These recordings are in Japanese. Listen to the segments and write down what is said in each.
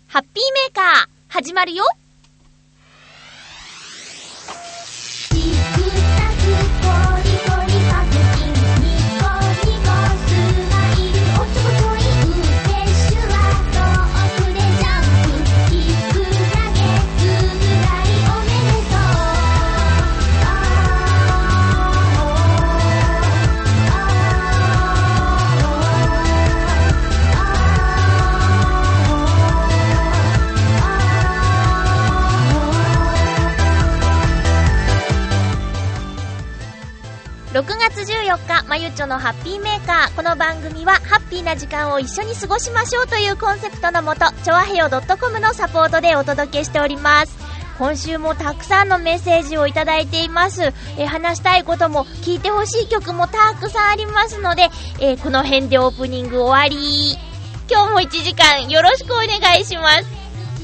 ハッピーメーカー始まるよ。6月14日、まゆっちょのハッピーメーカー。この番組はハッピーな時間を一緒に過ごしましょうというコンセプトのもと、ちょわへよ .com のサポートでお届けしております。今週もたくさんのメッセージをいただいています。話したいことも聞いてほしい曲もたくさんありますので、この辺でオープニング終わり。今日も1時間よろしくお願いします。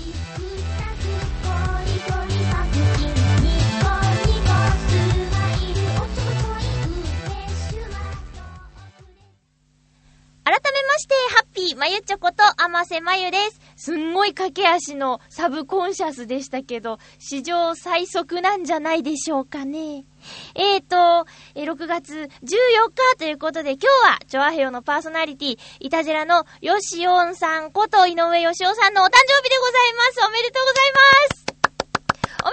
改めまして、ハッピーまゆちょこと甘瀬まゆです。すんごい駆け足のサブコンシャスでしたけど、史上最速なんじゃないでしょうかね。6月14日ということで、今日はチョアヘヨのパーソナリティ、イタジェラのヨシオンさんこと井上ヨシオさんのお誕生日でございます。おめでとうございます。お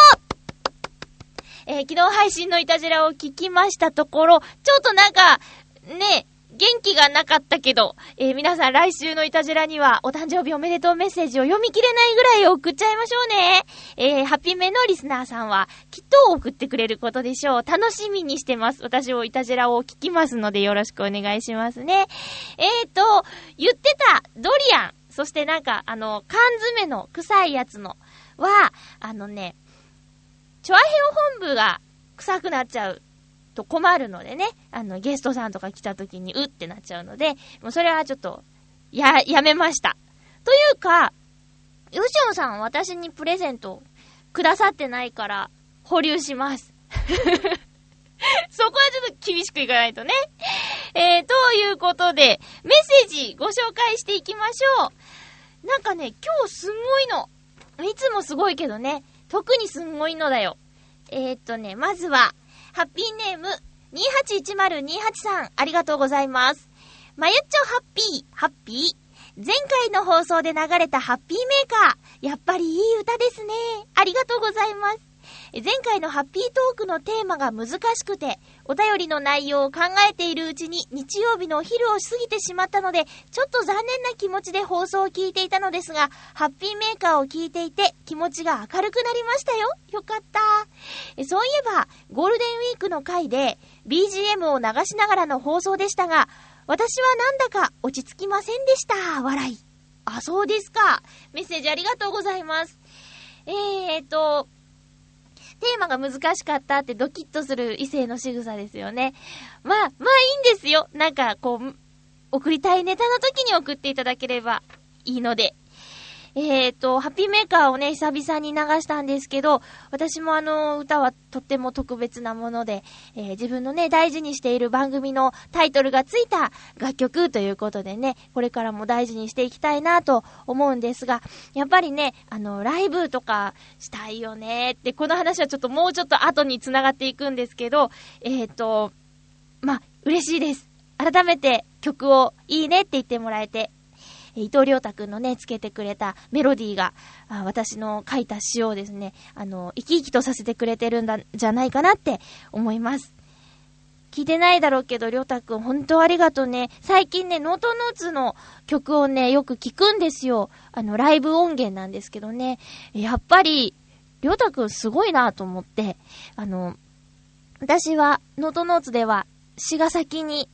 めでとう。昨日配信のイタジェラを聞きましたところ、ちょっとなんかね、元気がなかったけど、皆さん来週のイタジェラにはお誕生日おめでとうメッセージを読み切れないぐらい送っちゃいましょうね。ハッピーメのリスナーさんはきっと送ってくれることでしょう。楽しみにしてます。私をイタジェラを聞きますのでよろしくお願いしますね。言ってたドリアン、そしてなんか缶詰の臭いやつのはチョアヘヨ本部が臭くなっちゃうと困るのでね、ゲストさんとか来た時にうってなっちゃうので、もうそれはちょっとやめました。というか、ヨシオンさん私にプレゼントくださってないから保留します。そこはちょっと厳しくいかないとね。ということでメッセージご紹介していきましょう。なんかね、今日すんごいの。いつもすごいけどね、特にすんごいのだよ。まずはハッピーネーム 281028 さん、ありがとうございます。まゆっちょハッピー。前回の放送で流れたハッピーメーカー、やっぱりいい歌ですね。ありがとうございます。前回のハッピートークのテーマが難しくて、お便りの内容を考えているうちに日曜日のお昼を過ぎてしまったので、ちょっと残念な気持ちで放送を聞いていたのですが、ハッピーメーカーを聞いていて気持ちが明るくなりましたよ。よかった。そういえばゴールデンウィークの回で BGM を流しながらの放送でしたが、私はなんだか落ち着きませんでした。笑い。あ、そうですか。メッセージありがとうございます。テーマが難しかったってドキッとする異性の仕草ですよね。まあいいんですよ。なんかこう送りたいネタの時に送っていただければいいので。ハッピーメーカーをね、久々に流したんですけど、私も歌はとっても特別なもので、自分のね、大事にしている番組のタイトルがついた楽曲ということでね、これからも大事にしていきたいなと思うんですが、やっぱりね、ライブとかしたいよねって、この話はちょっともうちょっと後に繋がっていくんですけど、嬉しいです。改めて曲をいいねって言ってもらえて、伊藤亮太くんのね、つけてくれたメロディーが、私の書いた詩をですね、生き生きとさせてくれてるんじゃないかなって思います。聞いてないだろうけど、亮太くん本当ありがとうね。最近ね、ノートノーツの曲をね、よく聞くんですよ。ライブ音源なんですけどね。やっぱり、亮太くんすごいなと思って、私はノートノーツでは詩を先に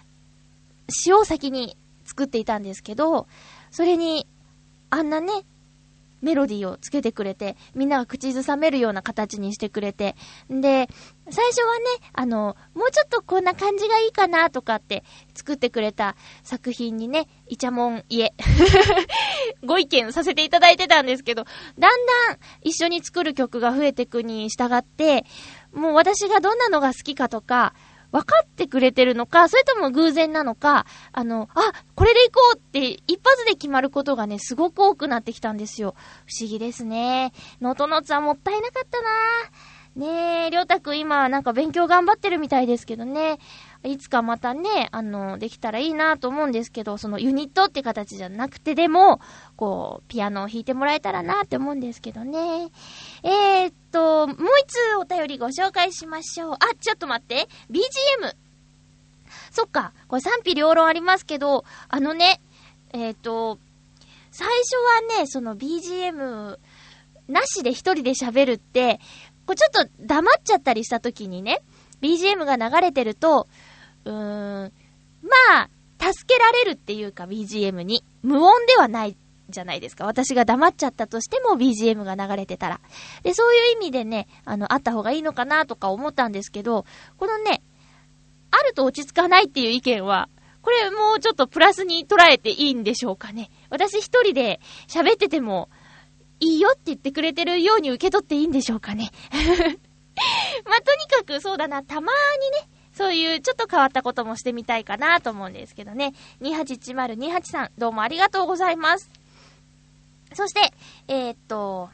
作っていたんですけど、それにあんなねメロディーをつけてくれて、みんなが口ずさめるような形にしてくれて、で最初はねもうちょっとこんな感じがいいかなとかって作ってくれた作品にね、イチャモンご意見させていただいてたんですけど、だんだん一緒に作る曲が増えていくに従って、もう私がどんなのが好きかとか分かってくれてるのか、それとも偶然なのか、これで行こうって一発で決まることがね、すごく多くなってきたんですよ。不思議ですね。ノートノーツはもったいなかったなねえ、りょうたくん今なんか勉強頑張ってるみたいですけどね。いつかまたね、できたらいいなと思うんですけど、そのユニットって形じゃなくてでも、こう、ピアノを弾いてもらえたらなって思うんですけどね。もう一つお便りご紹介しましょう。ちょっと待って。BGM。そっか。これ賛否両論ありますけど、最初はね、その BGM なしで一人で喋るって、こうちょっと黙っちゃったりした時にね、BGM が流れてると、まあ、助けられるっていうか BGM に。無音ではないじゃないですか。私が黙っちゃったとしても BGM が流れてたら。で、そういう意味でね、あった方がいいのかなとか思ったんですけど、このね、あると落ち着かないっていう意見は、これもうちょっとプラスに捉えていいんでしょうかね。私一人で喋ってても、いいよって言ってくれてるように受け取っていいんでしょうかね。まあ、とにかくそうだな、たまーにね、そういうちょっと変わったこともしてみたいかなと思うんですけどね。281028さん、どうもありがとうございます。そして、ど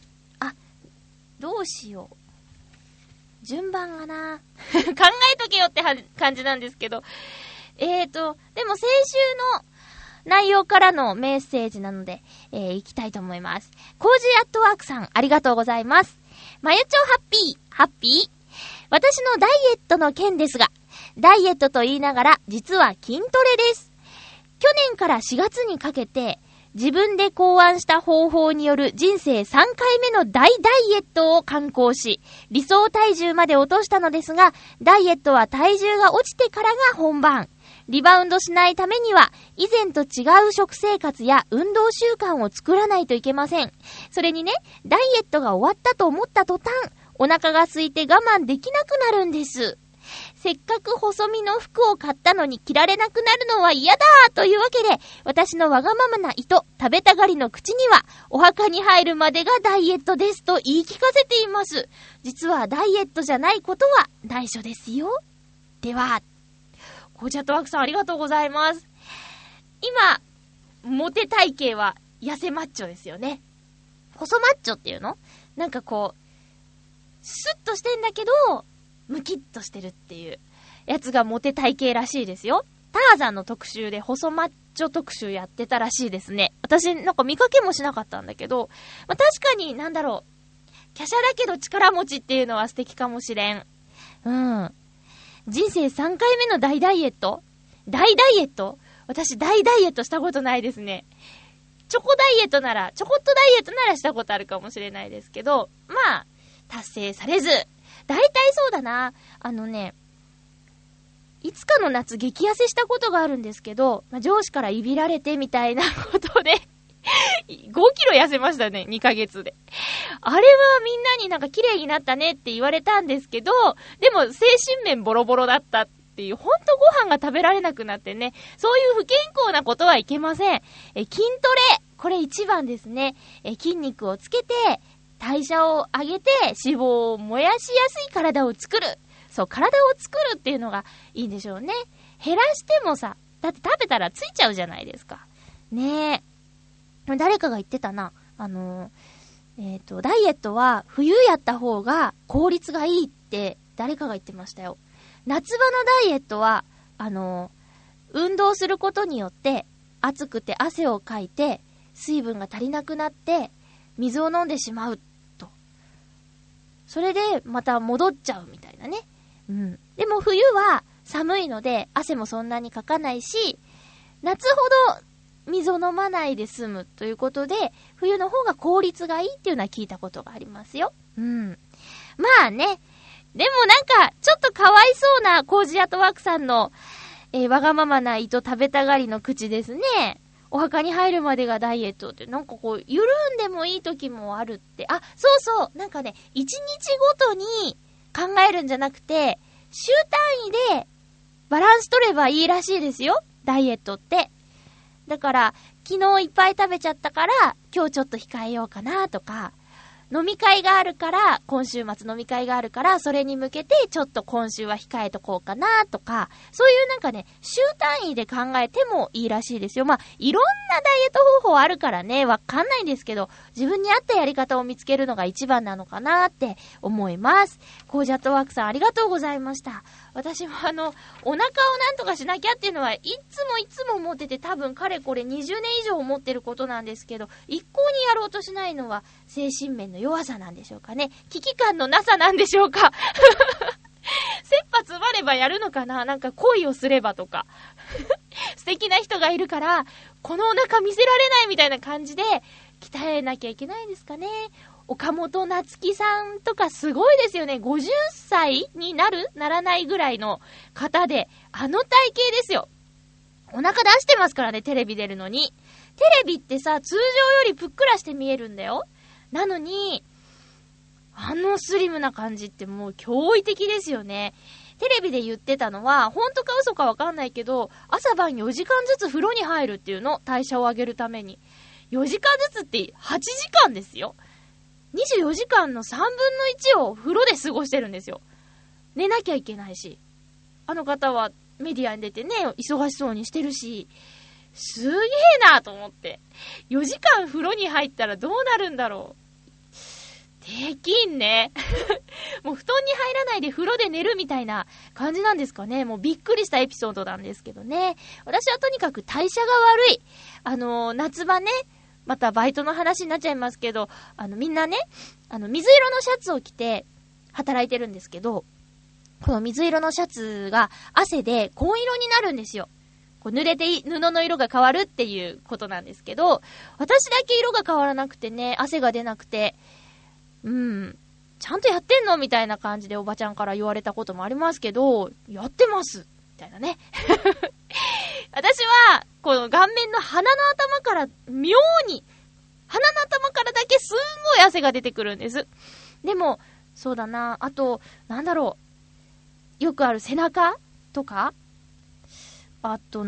うしよう。順番がな。考えとけよって感じなんですけど。でも先週の内容からのメッセージなので、行きたいと思います。コージーアットワークさん、ありがとうございます。まゆちょハッピー私のダイエットの件ですが、ダイエットと言いながら実は筋トレです。去年から4月にかけて自分で考案した方法による人生3回目の大ダイエットを敢行し、理想体重まで落としたのですが、ダイエットは体重が落ちてからが本番。リバウンドしないためには、以前と違う食生活や運動習慣を作らないといけません。それにね、ダイエットが終わったと思った途端、お腹が空いて我慢できなくなるんです。せっかく細身の服を買ったのに着られなくなるのは嫌だというわけで、私のわがままな意図、食べたがりの口には、お墓に入るまでがダイエットですと言い聞かせています。実はダイエットじゃないことは内緒ですよ。では、コージャットワークさんありがとうございます。今、モテ体型は痩せマッチョですよね。細マッチョっていうの？なんかこう、スッとしてんだけど、ムキッとしてるっていうやつがモテ体型らしいですよ。ターザンの特集で細マッチョ特集やってたらしいですね。私なんか見かけもしなかったんだけど、まあ、確かになんだろう、華奢だけど力持ちっていうのは素敵かもしれん。人生3回目の大ダイエット？大ダイエット？私大ダイエットしたことないですね。ちょこっとダイエットならしたことあるかもしれないですけど、まあ、達成されず。大体そうだな。いつかの夏激痩せしたことがあるんですけど、上司からいびられてみたいなことで、5キロ痩せましたね、2ヶ月で。あれはみんなになんか綺麗になったねって言われたんですけど、でも精神面ボロボロだったっていう、ほんとご飯が食べられなくなってね、そういう不健康なことはいけません。筋トレ、これ一番ですね。筋肉をつけて、代謝を上げて脂肪を燃やしやすい体を作る。そう、体を作るっていうのがいいんでしょうね。減らしてもさ、だって食べたらついちゃうじゃないですか。ねえ。誰かが言ってたな。ダイエットは冬やった方が効率がいいって誰かが言ってましたよ。夏場のダイエットは、運動することによって暑くて汗をかいて水分が足りなくなって水を飲んでしまうと。それでまた戻っちゃうみたいなね。でも冬は寒いので汗もそんなにかかないし、夏ほど水を飲まないで済むということで、冬の方が効率がいいっていうのは聞いたことがありますよ。まあね。でもなんか、ちょっとかわいそうなコージアートワークさんの、わがままな糸食べたがりの口ですね。お墓に入るまでがダイエットって、なんかこう、緩んでもいい時もあるって。そうそう。なんかね、1日ごとに考えるんじゃなくて、週単位でバランス取ればいいらしいですよ。ダイエットって。だから、昨日いっぱい食べちゃったから、今日ちょっと控えようかなとか、 飲み会があるから、今週末飲み会があるから、それに向けてちょっと今週は控えとこうかなとか、そういうなんかね、週単位で考えてもいいらしいですよ。まあ、いろんなダイエット方法あるからね、わかんないんですけど、自分に合ったやり方を見つけるのが一番なのかなって思います。コージャットワークさんありがとうございました。私もお腹をなんとかしなきゃっていうのはいつも思ってて、多分かれこれ20年以上思ってることなんですけど、一向にやろうとしないのは精神面の弱さなんでしょうかね。危機感のなさなんでしょうか。切羽詰まればやるのかな、なんか恋をすればとか。素敵な人がいるから、このお腹見せられないみたいな感じで、鍛えなきゃいけないんですかね。岡本夏樹さんとかすごいですよね。50歳にならないぐらいの方で、あの体型ですよ。お腹出してますからね、テレビ出るのに。テレビってさ、通常よりぷっくらして見えるんだよ。なのに、あのスリムな感じってもう驚異的ですよね。テレビで言ってたのは、本当か嘘かわかんないけど、朝晩4時間ずつ風呂に入るっていうの、代謝を上げるために。4時間ずつって8時間ですよ。24時間の3分の1を風呂で過ごしてるんですよ。寝なきゃいけないし。あの方はメディアに出てね、忙しそうにしてるし、すげえなと思って。4時間風呂に入ったらどうなるんだろう。できんね。もう布団に入らないで風呂で寝るみたいな感じなんですかね。もうびっくりしたエピソードなんですけどね。私はとにかく代謝が悪い。夏場ね、またバイトの話になっちゃいますけど、みんなね、水色のシャツを着て働いてるんですけど、この水色のシャツが汗で紺色になるんですよ。こう濡れて布の色が変わるっていうことなんですけど、私だけ色が変わらなくてね、汗が出なくて、ちゃんとやってんのみたいな感じでおばちゃんから言われたこともありますけど、やってますみたいなね。私は、この顔面の鼻の頭から妙に、鼻の頭からだけすんごい汗が出てくるんです。でも、そうだな、あと、なんだろう、よくある背中とか、あと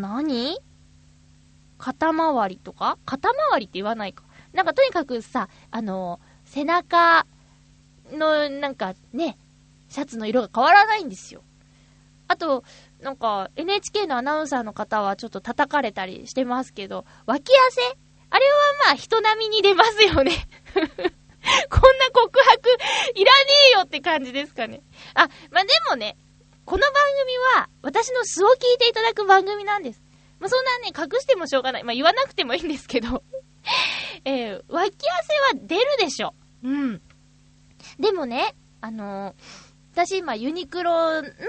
肩周りとか、肩周りって言わないか。なんかとにかくさ、背中のなんかね、シャツの色が変わらないんですよ。あと、なんか NHK のアナウンサーの方はちょっと叩かれたりしてますけど、脇汗あれはまあ人並みに出ますよね。こんな告白いらねえよって感じですかね。まあでもね、この番組は私の素を聞いていただく番組なんです。まあそんなね、隠してもしょうがない。まあ言わなくてもいいんですけど。脇汗は出るでしょ。でもね、私今ユニクロの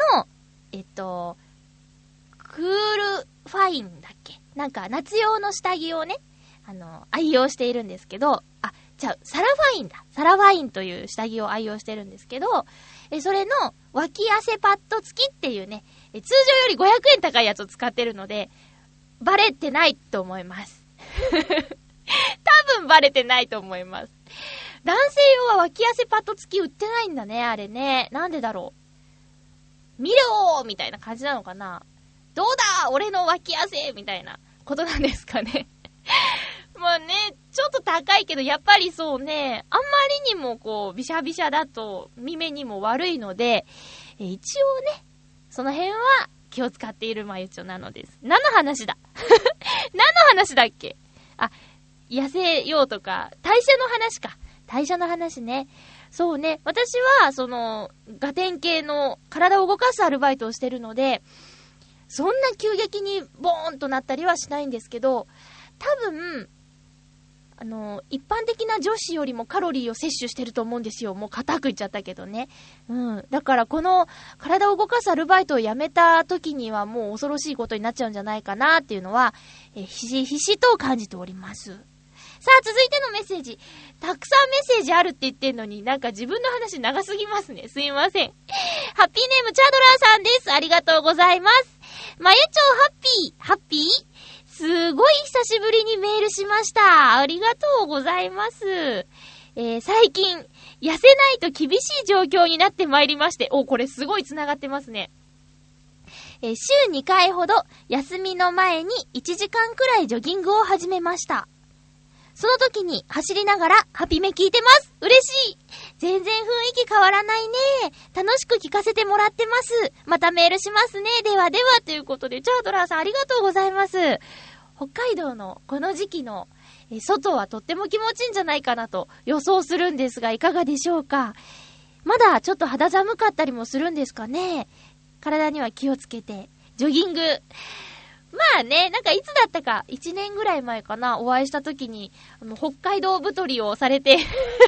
クールファインだっけ、なんか夏用の下着をね、愛用しているんですけど、サラファインという下着を愛用してるんですけど、それの脇汗パッド付きっていうね、通常より500円高いやつを使ってるので、バレてないと思います。多分バレてないと思います。男性用は脇汗パッド付き売ってないんだね、あれね。なんでだろう。見ろーみたいな感じなのかな。どうだ俺の脇汗みたいなことなんですかね。まあね、ちょっと高いけど、やっぱりそうね、あんまりにもこう、ビシャビシャだと、耳にも悪いので、一応ね、その辺は気を使っているまゆちょなのです。何の話だ何の話だっけ。痩せようとか、代謝の話か。代謝の話ね。そうね、私は、ガテン系の体を動かすアルバイトをしてるので、そんな急激にボーンとなったりはしないんですけど、多分、一般的な女子よりもカロリーを摂取してると思うんですよ。もう固く言っちゃったけどね。だからこの体を動かすアルバイトを辞めた時にはもう恐ろしいことになっちゃうんじゃないかなっていうのは、ひしひしと感じております。さあ、続いてのメッセージ。たくさんメッセージあるって言ってんのに、なんか自分の話長すぎますね。すいません。ハッピーネームチャドラーさんです。ありがとうございます。まゆちょハッピーすごい久しぶりにメールしました。ありがとうございます。最近、痩せないと厳しい状況になってまいりまして。これすごい繋がってますね。週2回ほど休みの前に1時間くらいジョギングを始めました。 その時に走りながらハピメ聞いてます。嬉しい。全然雰囲気変わらないね。楽しく聞かせてもらってます。またメールしますね。ではではということで、チャードラーさんありがとうございます。北海道のこの時期の外はとっても気持ちいいんじゃないかなと予想するんですが、いかがでしょうか。まだちょっと肌寒かったりもするんですかね。体には気をつけてジョギング。まあね、なんかいつだったか1年ぐらい前かな、お会いした時に北海道太りをされて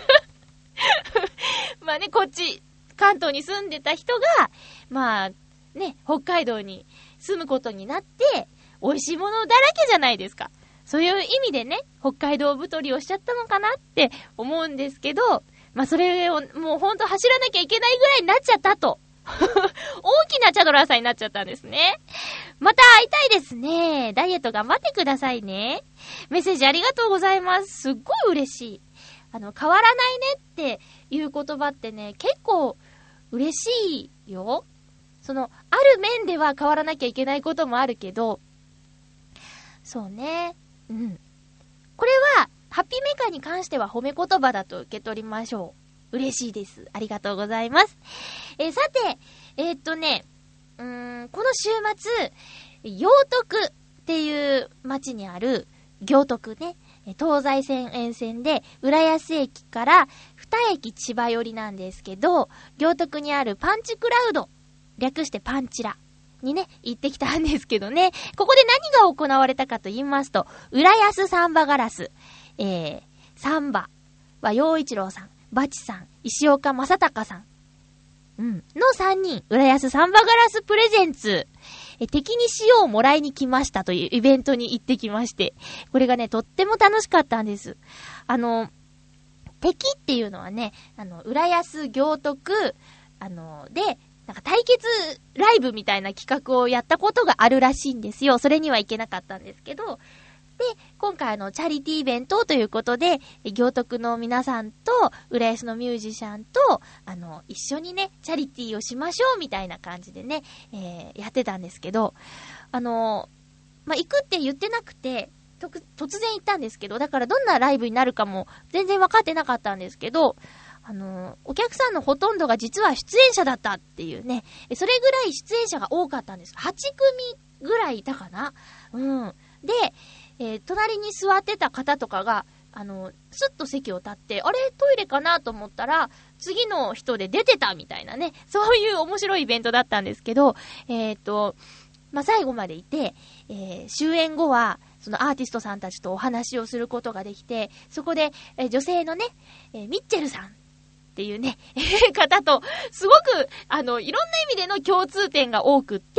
まあね、こっち関東に住んでた人がまあね、北海道に住むことになって美味しいものだらけじゃないですか。そういう意味でね、北海道太りをしちゃったのかなって思うんですけど、まあそれをもうほんと走らなきゃいけないぐらいになっちゃったと大きなチャドラーさんになっちゃったんですね。また会いたいですね。ダイエット頑張ってくださいね。メッセージありがとうございます。すっごい嬉しい。変わらないねっていう言葉ってね、結構嬉しいよ。ある面では変わらなきゃいけないこともあるけど、そうね。うん。これは、ハッピーメーカーに関しては褒め言葉だと受け取りましょう。嬉しいです。ありがとうございます。さて、この週末、行徳っていう町にある行徳ね、東西線沿線で浦安駅から2駅千葉寄りなんですけど、行徳にあるパンチクラウド、略してパンチラにね、行ってきたんですけどね、ここで何が行われたかと言いますと、浦安サンバガラス、サンバは陽一郎さん、バチさん、石岡正隆さん、の3人、浦安サンバガラスプレゼンツ、敵に塩をもらいに来ましたというイベントに行ってきまして、これがね、とっても楽しかったんです。敵っていうのはね、浦安行徳、で、なんか対決ライブみたいな企画をやったことがあるらしいんですよ。それには行けなかったんですけど、で、今回チャリティーイベントということで、行徳の皆さんと、浦安のミュージシャンと、一緒にね、チャリティーをしましょうみたいな感じでね、やってたんですけど、行くって言ってなくて、突然行ったんですけど、だからどんなライブになるかも全然分かってなかったんですけど、お客さんのほとんどが実は出演者だったっていうね、それぐらい出演者が多かったんです。8組ぐらいいたかな。で、隣に座ってた方とかが、スッと席を立って、あれトイレかなと思ったら、次の人で出てたみたいなね、そういう面白いイベントだったんですけど、最後までいて、終演後は、そのアーティストさんたちとお話をすることができて、そこで、女性のね、ミッチェルさんっていうね、方と、すごく、いろんな意味での共通点が多くって、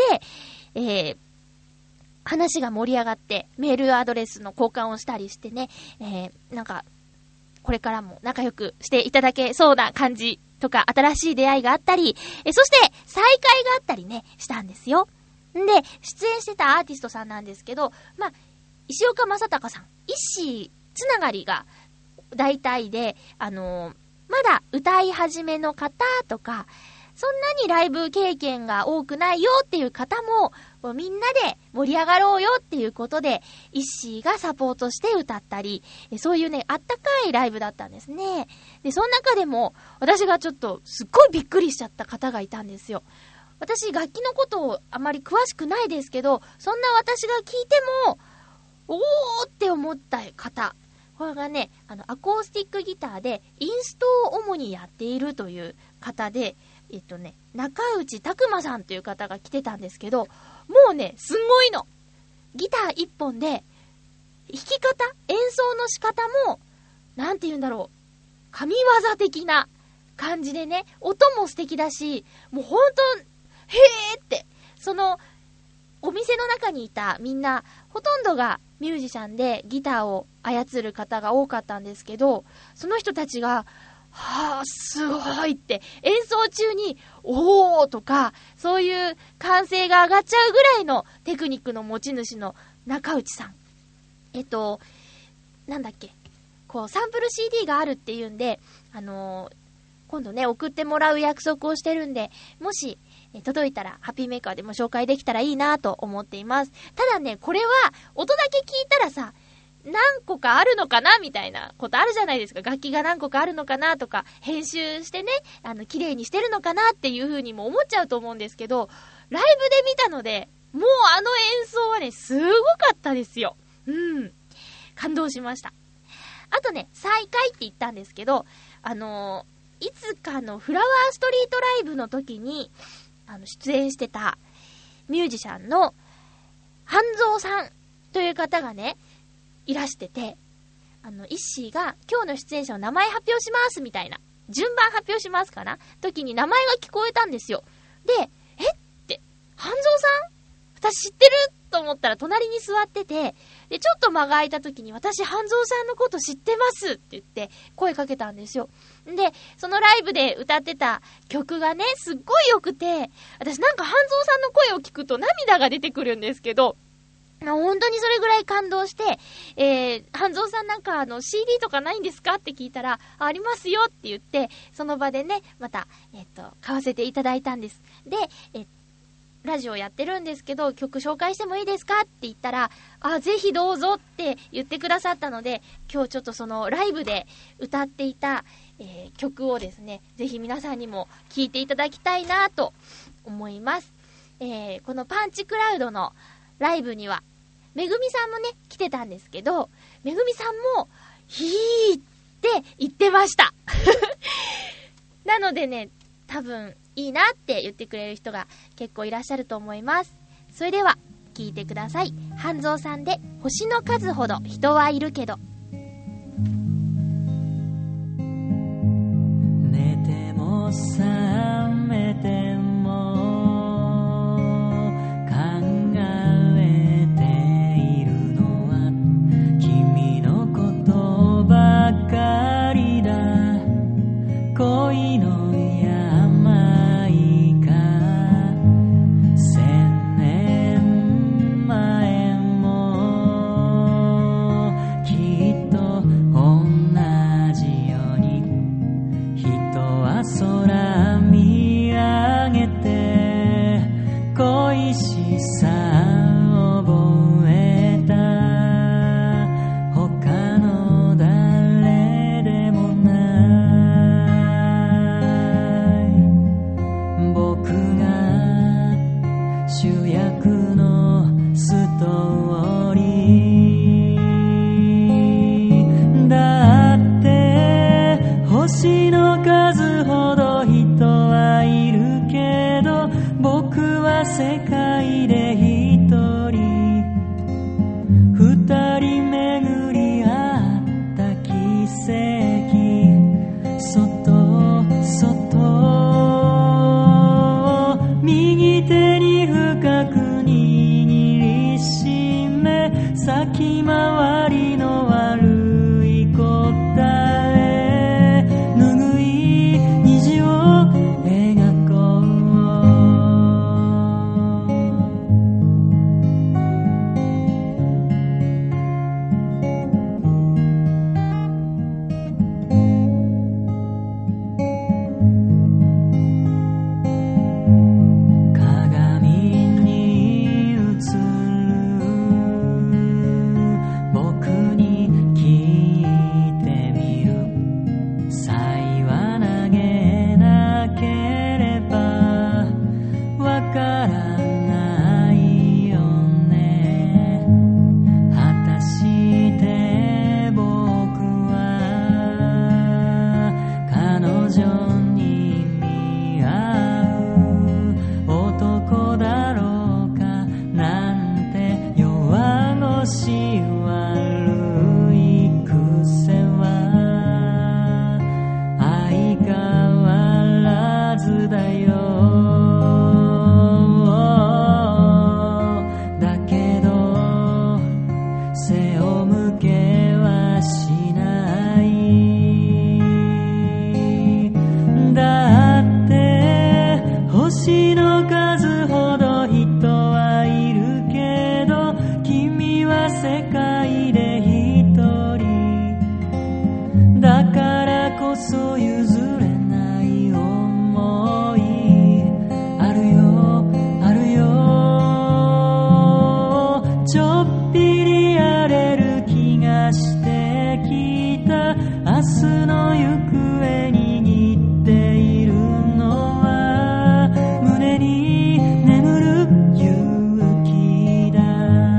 話が盛り上がって、メールアドレスの交換をしたりしてね、なんか、これからも仲良くしていただけそうな感じとか、新しい出会いがあったり、そして再会があったりね、したんですよ。で、出演してたアーティストさんなんですけど、石岡正隆さん、一子つながりが大体で、まだ歌い始めの方とか、そんなにライブ経験が多くないよっていう方も、みんなで盛り上がろうよっていうことで、一子がサポートして歌ったり、そういうね、あったかいライブだったんですね。で、その中でも、私がちょっとすっごいびっくりしちゃった方がいたんですよ。私、楽器のことをあまり詳しくないですけど、そんな私が聞いても、おーって思った方。これがね、アコースティックギターでインストを主にやっているという方で、中内拓馬さんという方が来てたんですけど、もうね、すんごいの。ギター一本で、弾き方、演奏の仕方も、なんて言うんだろう、神業的な感じでね、音も素敵だし、もうほんと、へーって、お店の中にいたみんな、ほとんどがミュージシャンでギターを操る方が多かったんですけど、その人たちが、すごいって、演奏中に、おーとか、そういう歓声が上がっちゃうぐらいのテクニックの持ち主の中内さん。なんだっけ、サンプル CD があるっていうんで、今度ね、送ってもらう約束をしてるんで、もし、届いたら、ハッピーメーカーでも紹介できたらいいなと思っています。ただね、これは、音だけ聞いたらさ、 何個かあるのかなみたいなことあるじゃないですか。楽器が何個かあるのかなとか、編集してね、綺麗にしてるのかなっていう風にも思っちゃうと思うんですけど、ライブで見たので、もう演奏はね、すごかったですよ。感動しました。あとね、再開って言ったんですけど、いつかのフラワーストリートライブの時に、出演してたミュージシャンの半蔵さんという方がね、いらしてて、イッシーが今日の出演者の名前発表しますみたいな、順番発表しますかな時に名前が聞こえたんですよ。で、って、半蔵さん？私知ってると思ったら隣に座ってて、で、ちょっと間が空いた時に私半蔵さんのこと知ってますって言って声かけたんですよ。で、そのライブで歌ってた曲がね、すっごい良くて、私なんか半蔵さんの声を聞くと涙が出てくるんですけど、本当にそれぐらい感動して、半蔵さんなんかCD とかないんですかって聞いたら、ありますよって言って、その場でね、また、買わせていただいたんです。で、ラジオやってるんですけど、曲紹介してもいいですかって言ったら、ぜひどうぞって言ってくださったので、今日ちょっとそのライブで歌っていた、曲をですね、ぜひ皆さんにも聴いていただきたいなと思います。このパンチクラウドのライブには、めぐみさんもね、来てたんですけど、めぐみさんも、ひーって言ってました。なのでね、多分いいなって言ってくれる人が結構いらっしゃると思います。それでは聞いてください。半蔵さんで星の数ほど人はいるけど。 寝ても覚めても考えているのは君のことばかりだ。恋の空見上げて恋しさ覚えた。他の誰でもない僕が主役のストーリーだって。星の数ほど人はいるけど、僕は世界で一人。二人巡り合った奇跡。そっとそっと右手に深く握りしめ、先回りの悪い答え。ちょっぴり荒れる気が明日の行方握っているのは胸に眠る勇気だ。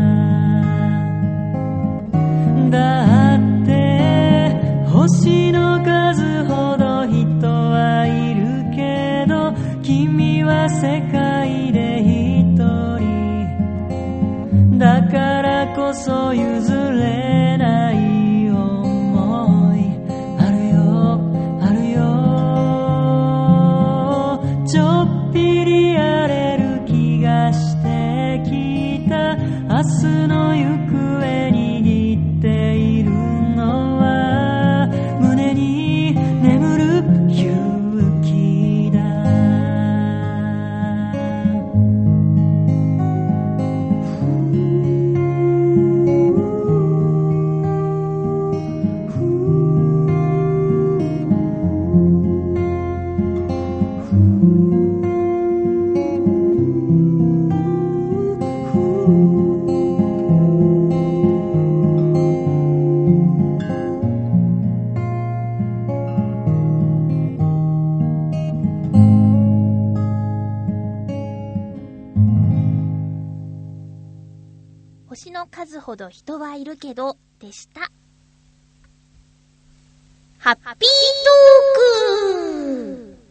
だって星の数ほど人はいるけど君は世界で一人だからこそ譲れない思いあるよあるよ。ちょっぴり荒れる気がしてきた。明日の行方握っているのは胸に眠る勇気だ。 星の数ほど人はいるけどでした。ハッピートーク。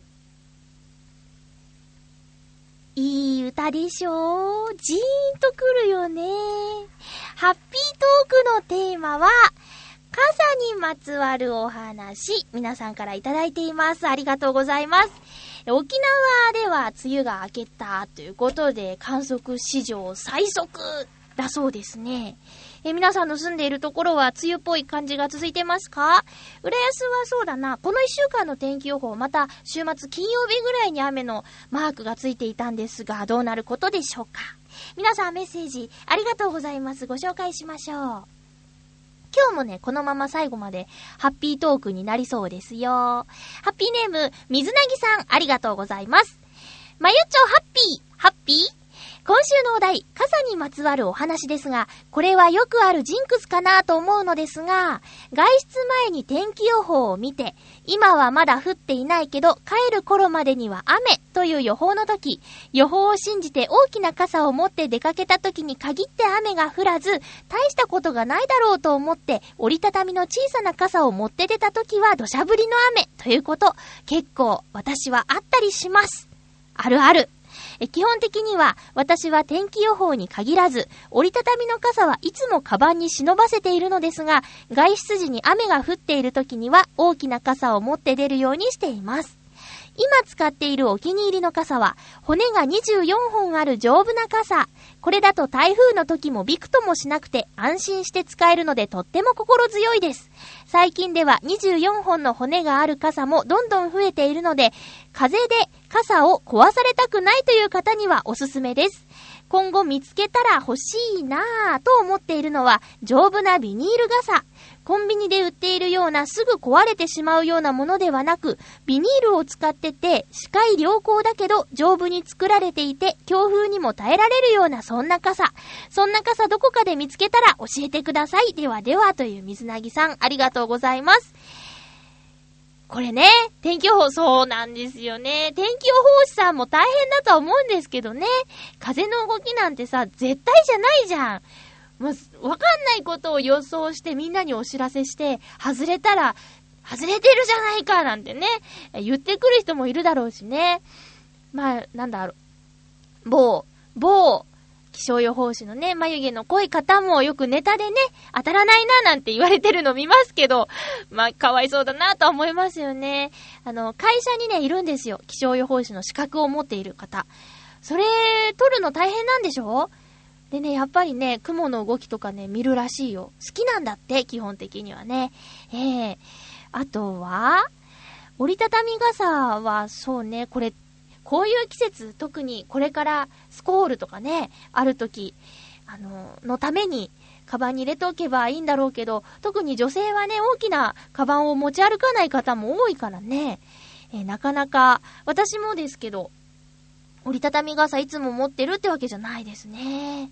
いい歌でしょう。ジーンとくるよね。ハッピートークのテーマは傘にまつわるお話、皆さんからいただいています。ありがとうございます。沖縄では梅雨が明けたということで観測史上最速だそうですね。皆さんの住んでいるところは梅雨っぽい感じが続いてますか？浦安はそうだな、この1週間の天気予報、また週末金曜日ぐらいに雨のマークがついていたんですが、どうなることでしょうか。皆さんメッセージありがとうございます。ご紹介しましょう。今日もね、このまま最後までハッピートークになりそうですよ。ハッピーネーム水なぎさん、ありがとうございます。まゆっちょハッピーハッピー。今週のお題、傘にまつわるお話ですが、これはよくあるジンクスかなと思うのですが、外出前に天気予報を見て、今はまだ降っていないけど帰る頃までには雨という予報の時、予報を信じて大きな傘を持って出かけた時に限って雨が降らず、大したことがないだろうと思って折りたたみの小さな傘を持って出た時は土砂降りの雨ということ、結構私はあったりします。あるある。基本的には私は天気予報に限らず折りたたみの傘はいつもカバンに忍ばせているのですが、外出時に雨が降っている時には大きな傘を持って出るようにしています。今使っているお気に入りの傘は骨が24本ある丈夫な傘。これだと台風の時もびくともしなくて安心して使えるのでとっても心強いです。最近では24本の骨がある傘もどんどん増えているので、風で傘を壊されたくないという方にはおすすめです。今後見つけたら欲しいなぁと思っているのは丈夫なビニール傘。コンビニで売っているようなすぐ壊れてしまうようなものではなく、ビニールを使ってて視界良好だけど丈夫に作られていて強風にも耐えられるようなそんな傘。そんな傘どこかで見つけたら教えてください。ではではという水なぎさん、ありがとうございます。これね、天気予報そうなんですよね。天気予報士さんも大変だとは思うんですけどね。風の動きなんてさ、絶対じゃないじゃん。もうわかんないことを予想してみんなにお知らせして、外れたら外れてるじゃないかなんてね、言ってくる人もいるだろうしね。まあなんだろう、某気象予報士のね、眉毛の濃い方もよくネタでね、当たらないななんて言われてるの見ますけど、まあかわいそうだなと思いますよね。会社にねいるんですよ、気象予報士の資格を持っている方。それ取るの大変なんでしょ？でね、やっぱりね、雲の動きとかね見るらしいよ。好きなんだって、基本的にはね。あとは折りたたみ傘はそうね、こういう季節、特にこれからスコールとかねある時のためにカバンに入れておけばいいんだろうけど、特に女性はね大きなカバンを持ち歩かない方も多いからね、なかなか私もですけど折りたたみ傘いつも持ってるってわけじゃないですね。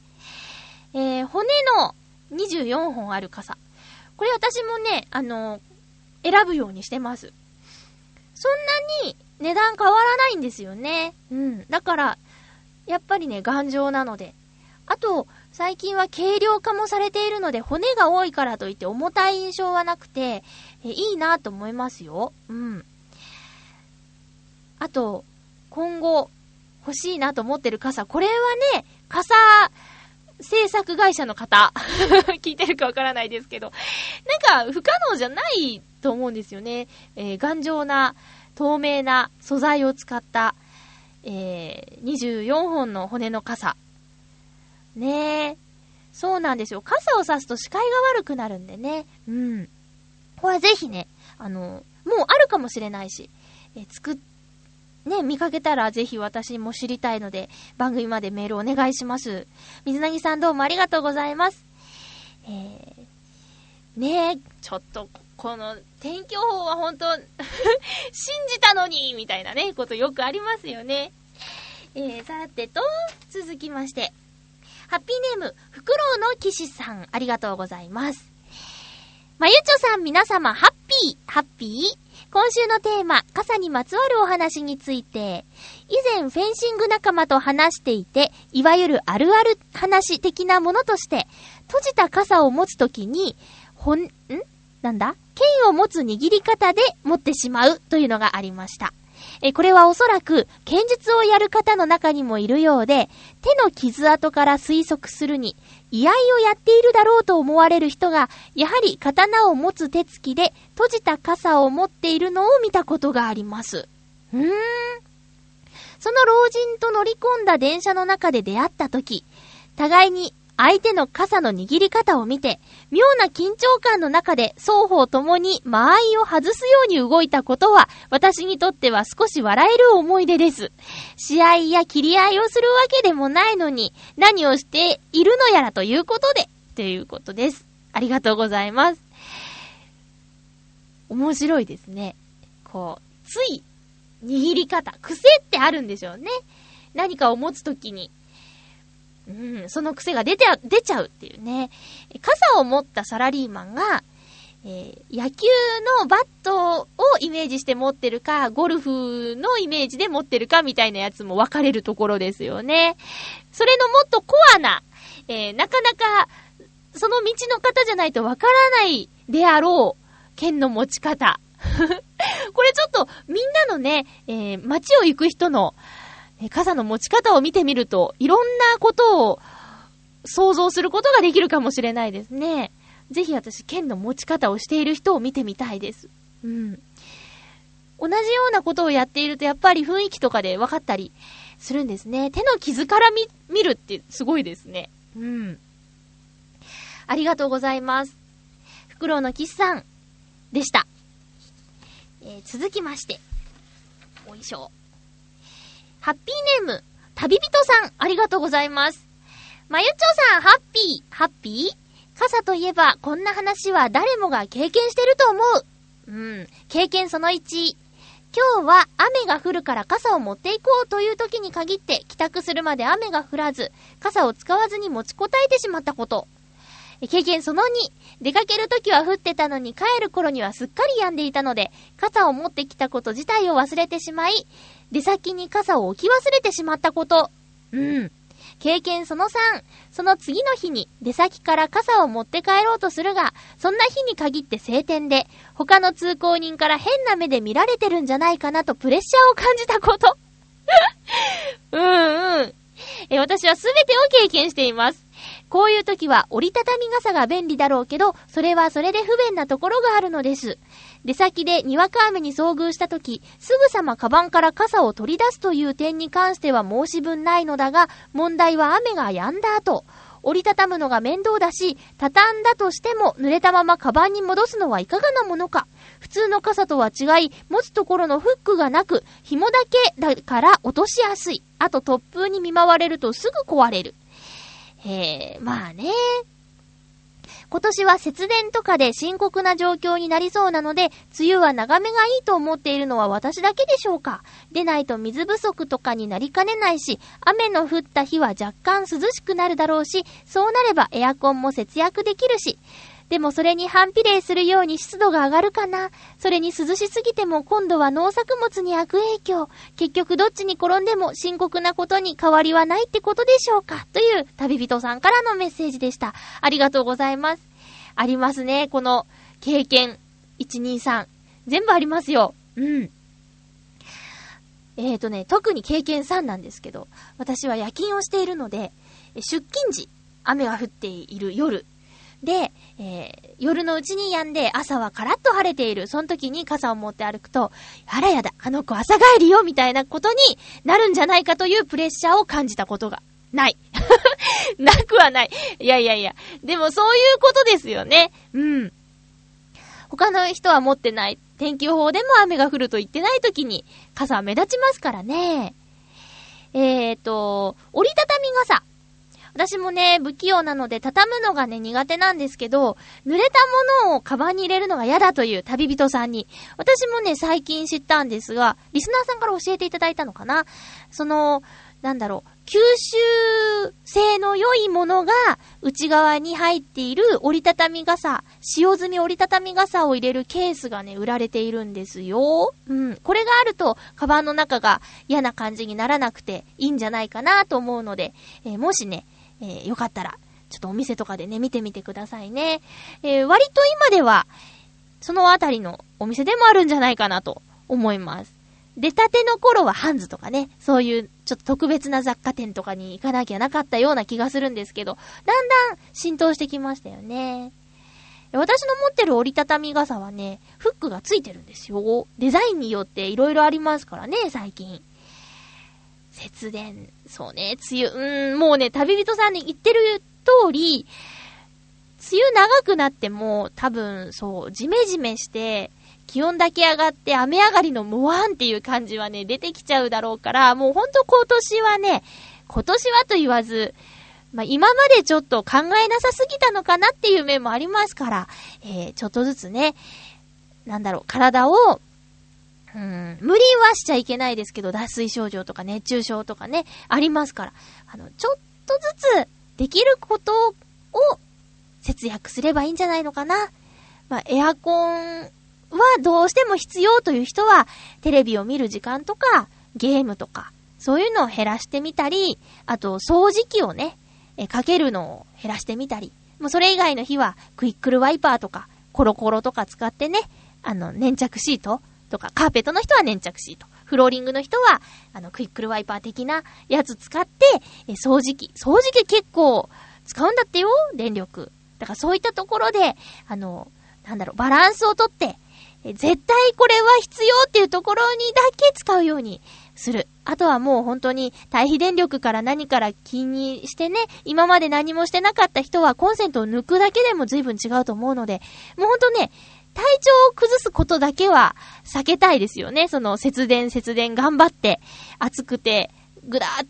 骨の24本ある傘、これ私もね選ぶようにしてます。そんなに値段変わらないんですよね。だから、やっぱりね、頑丈なので。あと、最近は軽量化もされているので、骨が多いからといって重たい印象はなくて、いいなと思いますよ。あと、今後、欲しいなと思ってる傘。これはね、傘制作会社の方、聞いてるかわからないですけど、なんか不可能じゃないと思うんですよね。頑丈な、透明な素材を使った、24本の骨の傘。ねえ。そうなんですよ。傘を差すと視界が悪くなるんでね。これはぜひね、もうあるかもしれないし、見かけたらぜひ私も知りたいので、番組までメールお願いします。水なぎさんどうもありがとうございます。ちょっと、この天気予報は本当信じたのにみたいなね、ことよくありますよね。さてと、続きまして。ハッピーネーム、フクロウの騎士さん、ありがとうございます。まゆちょさん、皆様、ハッピー今週のテーマ、傘にまつわるお話について、以前フェンシング仲間と話していて、いわゆるあるある話的なものとして、閉じた傘を持つときに、剣を持つ握り方で持ってしまうというのがありました。これはおそらく剣術をやる方の中にもいるようで、手の傷跡から推測するに居合をやっているだろうと思われる人が、やはり刀を持つ手つきで閉じた傘を持っているのを見たことがあります。その老人と乗り込んだ電車の中で出会った時、互いに相手の傘の握り方を見て、妙な緊張感の中で双方ともに間合いを外すように動いたことは、私にとっては少し笑える思い出です。試合や切り合いをするわけでもないのに、何をしているのやらということで、ということです。ありがとうございます。面白いですね。つい握り方、癖ってあるんでしょうね。何かを持つときに。その癖が出ちゃうっていうね。傘を持ったサラリーマンが、野球のバットをイメージして持ってるか、ゴルフのイメージで持ってるかみたいなやつも分かれるところですよね。それのもっとコアな、なかなかその道の方じゃないと分からないであろう剣の持ち方。これちょっとみんなのね、街を行く人の傘の持ち方を見てみると、いろんなことを想像することができるかもしれないですね。ぜひ私、剣の持ち方をしている人を見てみたいです。同じようなことをやっていると、やっぱり雰囲気とかで分かったりするんですね。手の傷から見るってすごいですね。ありがとうございます。フクロウのキスさんでした。続きまして。おいしょ。ハッピーネーム、旅人さん、ありがとうございます。まゆちょさん、ハッピー傘といえば、こんな話は誰もが経験してると思う。経験その1。今日は雨が降るから傘を持っていこうという時に限って、帰宅するまで雨が降らず、傘を使わずに持ちこたえてしまったこと。経験その2。出かけるときは降ってたのに帰る頃にはすっかり止んでいたので、傘を持ってきたこと自体を忘れてしまい、出先に傘を置き忘れてしまったこと。経験その3。その次の日に出先から傘を持って帰ろうとするが、そんな日に限って晴天で、他の通行人から変な目で見られてるんじゃないかなとプレッシャーを感じたこと。私はすべてを経験しています。こういう時は折りたたみ傘が便利だろうけど、それはそれで不便なところがあるのです。出先でにわか雨に遭遇した時、すぐさまカバンから傘を取り出すという点に関しては申し分ないのだが、問題は雨が止んだ後、折りたたむのが面倒だし、畳んだとしても濡れたままカバンに戻すのはいかがなものか。普通の傘とは違い、持つところのフックがなく、紐だけだから落としやすい。あと突風に見舞われるとすぐ壊れる。まあね。今年は節電とかで深刻な状況になりそうなので、梅雨は長めがいいと思っているのは私だけでしょうか。でないと水不足とかになりかねないし、雨の降った日は若干涼しくなるだろうし、そうなればエアコンも節約できるし、 でもそれに反比例するように湿度が上がるかな。それに涼しすぎても今度は農作物に悪影響。結局どっちに転んでも深刻なことに変わりはないってことでしょうか。という旅人さんからのメッセージでした。ありがとうございます。ありますね。この経験123。全部ありますよ。うん。特に経験3なんですけど、私は夜勤をしているので、出勤時、雨が降っている夜で、夜のうちに止んで朝はカラッと晴れている。その時に傘を持って歩くと、あらやだ、あの子朝帰りよみたいなことになるんじゃないかというプレッシャーを感じたことがない。なくはない。いや。でもそういうことですよね。うん。他の人は持ってない。天気予報でも雨が降ると言ってない時に傘は目立ちますからね。折りたたみ傘。私もね、不器用なので畳むのがね、苦手なんですけど、濡れたものをカバンに入れるのが嫌だという旅人さんに、私もね、最近知ったんですが、リスナーさんから教えていただいたのかな。吸収性の良いものが内側に入っている折りたたみ傘、使用済み折りたたみ傘を入れるケースがね、売られているんですよ。うん。これがあると、カバンの中が嫌な感じにならなくていいんじゃないかなと思うので、もしね、よかったら、ちょっとお店とかでね、見てみてくださいね。割と今では、そのあたりのお店でもあるんじゃないかなと思います。出たての頃はハンズとかね、そういうちょっと特別な雑貨店とかに行かなきゃなかったような気がするんですけど、だんだん浸透してきましたよね。私の持ってる折りたたみ傘はね、フックがついてるんですよ。デザインによって色々ありますからね、最近。節電、そうね、梅雨、もうね、旅人さんに言ってる通り、梅雨長くなっても多分そう、ジメジメして、気温だけ上がって雨上がりのムワーンっていう感じはね、出てきちゃうだろうから、もうほんと今年はと言わず、今までちょっと考えなさすぎたのかなっていう面もありますから、ちょっとずつね、体を、無理はしちゃいけないですけど、脱水症状とか熱中症とかね、ありますから、ちょっとずつできることを節約すればいいんじゃないのかな。エアコンはどうしても必要という人は、テレビを見る時間とか、ゲームとか、そういうのを減らしてみたり、あと掃除機をね、かけるのを減らしてみたり、もうそれ以外の日は、クイックルワイパーとか、コロコロとか使ってね、粘着シートとか、カーペットの人は粘着シート、フローリングの人は、クイックルワイパー的なやつ使って、掃除機結構使うんだってよ、電力。だからそういったところで、バランスをとって、絶対これは必要っていうところにだけ使うようにする。あとはもう本当に対比電力から何から気にしてね、今まで何もしてなかった人はコンセントを抜くだけでも随分違うと思うので、もう本当ね、体調を崩すことだけは避けたいですよね。その節電頑張って、暑くて、ぐだーって、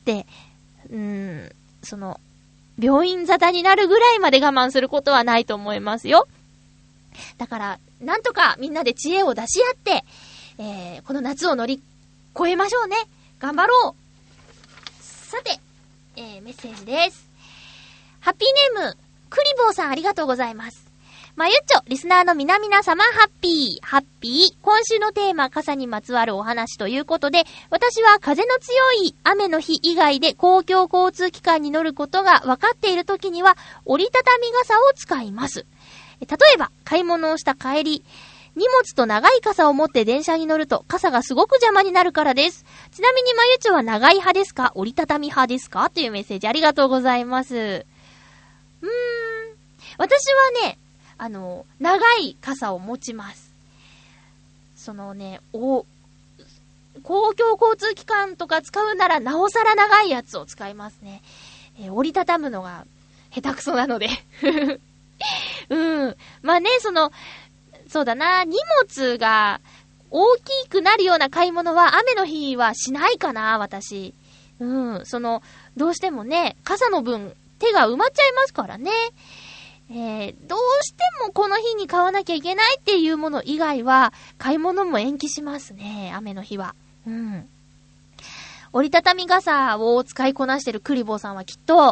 病院沙汰になるぐらいまで我慢することはないと思いますよ。だから、なんとかみんなで知恵を出し合って、この夏を乗り越えましょうね。頑張ろう。さて、メッセージです。ハッピーネーム、クリボーさんありがとうございます。まゆっちょ、リスナーの皆々様、ハッピー。今週のテーマ、傘にまつわるお話ということで、私は風の強い雨の日以外で公共交通機関に乗ることが分かっているときには、折りたたみ傘を使います。例えば、買い物をした帰り、荷物と長い傘を持って電車に乗ると、傘がすごく邪魔になるからです。ちなみにまゆちょは長い派ですか？折りたたみ派ですか？というメッセージありがとうございます。私はね、長い傘を持ちます。公共交通機関とか使うならなおさら長いやつを使いますね。折りたたむのが下手くそなので。そうだな、荷物が大きくなるような買い物は雨の日はしないかな、私。どうしてもね、傘の分手が埋まっちゃいますからね。どうしてもこの日に買わなきゃいけないっていうもの以外は、買い物も延期しますね、雨の日は。折りたたみ傘を使いこなしてるクリボーさんはきっと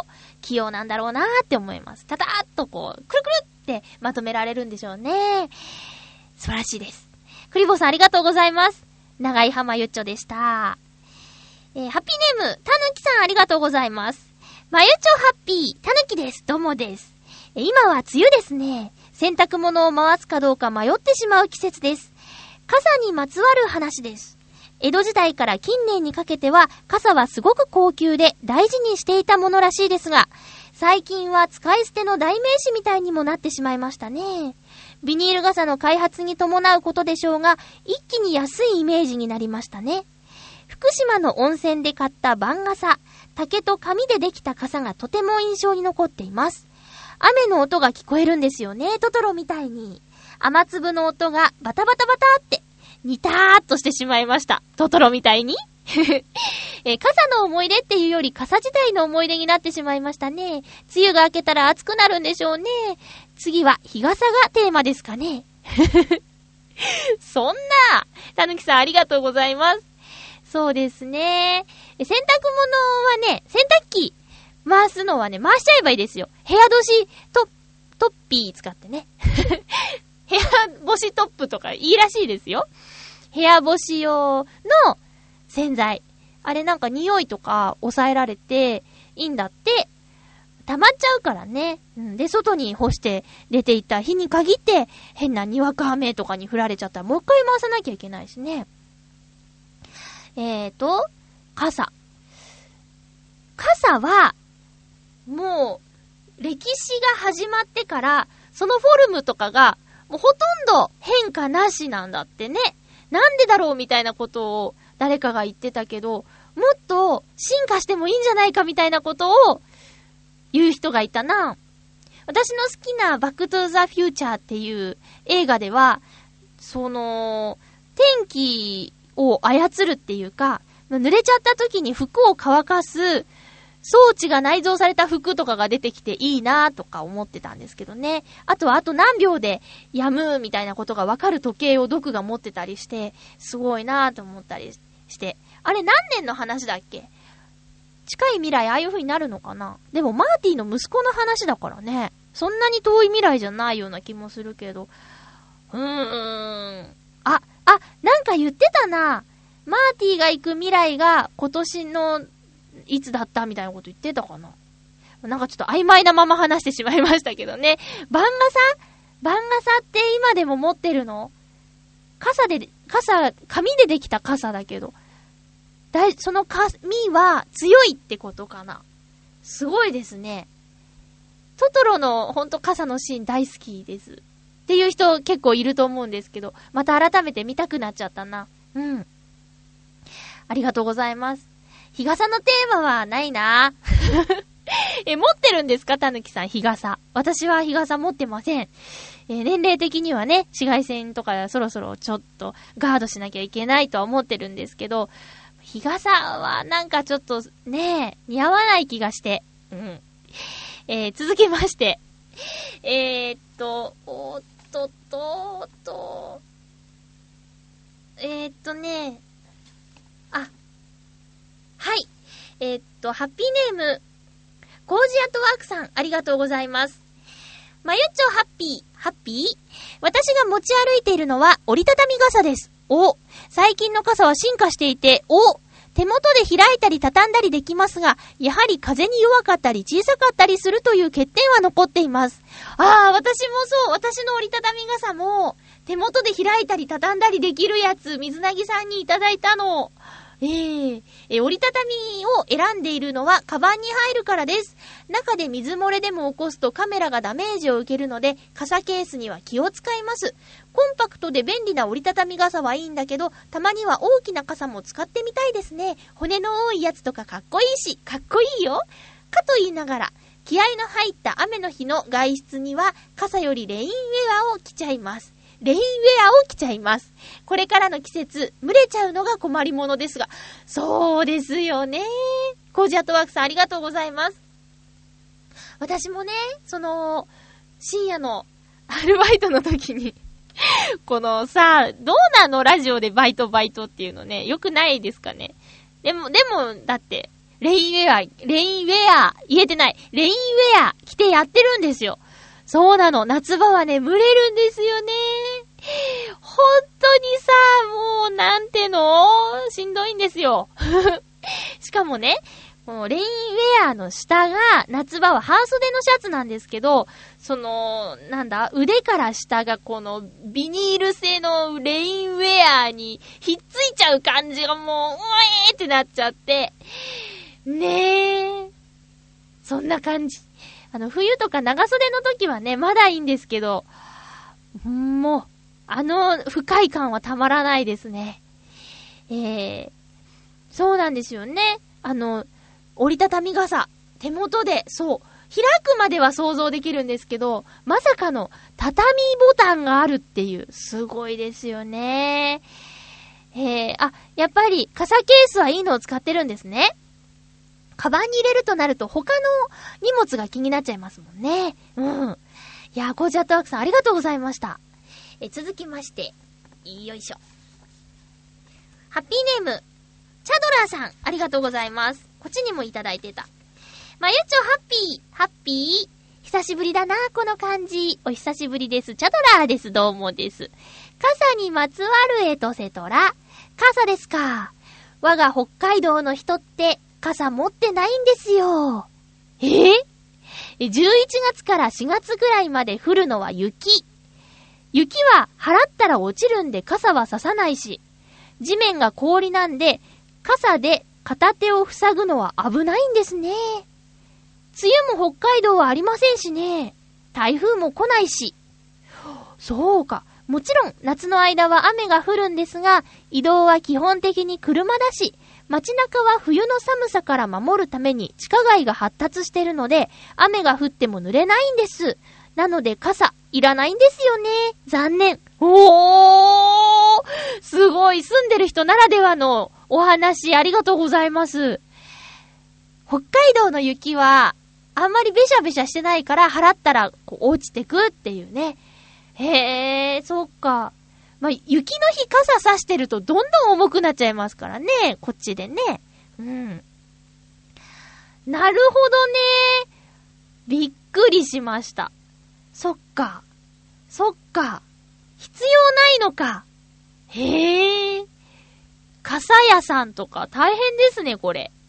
器用なんだろうなーって思います。ただーっとこう、くるくるってまとめられるんでしょうね。素晴らしいです。クリボーさんありがとうございます。長井浜ゆっちょでした。ハッピーネーム、たぬきさんありがとうございます。まゆちょハッピー、たぬきです。どうもです。今は梅雨ですね。洗濯物を回すかどうか迷ってしまう季節です。傘にまつわる話です。江戸時代から近年にかけては傘はすごく高級で大事にしていたものらしいですが、最近は使い捨ての代名詞みたいにもなってしまいましたね。ビニール傘の開発に伴うことでしょうが、一気に安いイメージになりましたね。福島の温泉で買った番傘、竹と紙でできた傘がとても印象に残っています。雨の音が聞こえるんですよね、トトロみたいに。雨粒の音がバタバタバタってニターっとしてしまいました。トトロみたいに傘の思い出っていうより傘自体の思い出になってしまいましたね。梅雨が明けたら暑くなるんでしょうね。次は日傘がテーマですかね。そんな、たぬきさんありがとうございます。そうですね。洗濯物はね、洗濯機回すのはね、回しちゃえばいいですよ。部屋干しトッピー使ってね。部屋干しトップとかいいらしいですよ。部屋干し用の洗剤。あれなんか匂いとか抑えられていいんだって。溜まっちゃうからね。で、外に干して出ていった日に限って変なにわか雨とかに降られちゃったらもう一回回さなきゃいけないしね。傘。傘は、もう、歴史が始まってから、そのフォルムとかが、もうほとんど変化なしなんだってね。なんでだろうみたいなことを誰かが言ってたけど、もっと進化してもいいんじゃないかみたいなことを言う人がいたな。私の好きなバックトゥザフューチャーっていう映画では、その、天気を操るっていうか、濡れちゃった時に服を乾かす装置が内蔵された服とかが出てきていいなとか思ってたんですけどね。あと何秒でやむみたいなことがわかる時計をドクが持ってたりして、すごいなと思ったりして。あれ何年の話だっけ？近い未来ああいう風になるのかな？でもマーティの息子の話だからね。そんなに遠い未来じゃないような気もするけど。なんか言ってたな。マーティが行く未来が今年のいつだったみたいなこと言ってたかな。なんかちょっと曖昧なまま話してしまいましたけどね。番傘って今でも持ってるの？紙でできた傘だけど。その紙は強いってことかな。すごいですね。トトロのほんと傘のシーン大好きです。っていう人結構いると思うんですけど、また改めて見たくなっちゃったな。ありがとうございます。日傘のテーマはないな。持ってるんですか、たぬきさん、日傘。私は日傘持ってません。年齢的にはね、紫外線とかそろそろちょっとガードしなきゃいけないとは思ってるんですけど、日傘はなんかちょっとね、似合わない気がして。続きまして。はい。ハッピーネーム、コージアットワークさん、ありがとうございます。まゆっちょハッピー私が持ち歩いているのは折りたたみ傘です。最近の傘は進化していて、手元で開いたり畳んだりできますが、やはり風に弱かったり小さかったりするという欠点は残っています。私もそう、私の折りたたみ傘も、手元で開いたり畳んだりできるやつ、水なぎさんにいただいたの。折りたたみを選んでいるのはカバンに入るからです。中で水漏れでも起こすとカメラがダメージを受けるので、傘ケースには気を使います。コンパクトで便利な折りたたみ傘はいいんだけど、たまには大きな傘も使ってみたいですね。骨の多いやつとかかっこいいし、かっこいいよ。かと言いながら、気合の入った雨の日の外出には傘よりレインウェアを着ちゃいます。これからの季節、蒸れちゃうのが困りものですが。そうですよね。コージアットワークさんありがとうございます。私もね、深夜のアルバイトの時に、このさ、どうなのラジオでバイトっていうのね、よくないですかね。でも、だって、 レインウェア、言えてない。レインウェア着てやってるんですよ。そうなの。夏場はね、蒸れるんですよね。本当にさ、もうなんてのしんどいんですよ。しかもね、このレインウェアの下が、夏場は半袖のシャツなんですけど、腕から下がこのビニール製のレインウェアにひっついちゃう感じがもう、うえーってなっちゃって。ねえ。そんな感じ。冬とか長袖の時はね、まだいいんですけど、もう、不快感はたまらないですね。そうなんですよね。折りたたみ傘、手元で、そう、開くまでは想像できるんですけど、まさかの畳ボタンがあるっていう、すごいですよね。やっぱり傘ケースはいいのを使ってるんですね。カバンに入れるとなると他の荷物が気になっちゃいますもんね。いやー、コージアットワークさんありがとうございました。続きまして、よいしょ。ハッピーネーム、チャドラーさん、ありがとうございます。こっちにもいただいてた。まゆちょハッピー。久しぶりだな、この感じ。お久しぶりです。チャドラーです。どうもです。傘にまつわるエトセトラ。傘ですか。我が北海道の人って傘持ってないんですよ。11月から4月ぐらいまで降るのは雪。雪は払ったら落ちるんで傘はささないし、地面が氷なんで傘で片手を塞ぐのは危ないんですね。梅雨も北海道はありませんしね。台風も来ないし。そうか。もちろん夏の間は雨が降るんですが、移動は基本的に車だし、街中は冬の寒さから守るために地下街が発達してるので、雨が降っても濡れないんです。なので傘いらないんですよね。残念。すごい。住んでる人ならではのお話ありがとうございます。北海道の雪はあんまりベシャベシャしてないから払ったらこう落ちてくっていうね。そっか。まあ、雪の日傘さしてるとどんどん重くなっちゃいますからね。こっちでね。なるほどね。びっくりしました。そっか。必要ないのか。傘屋さんとか大変ですね、これ。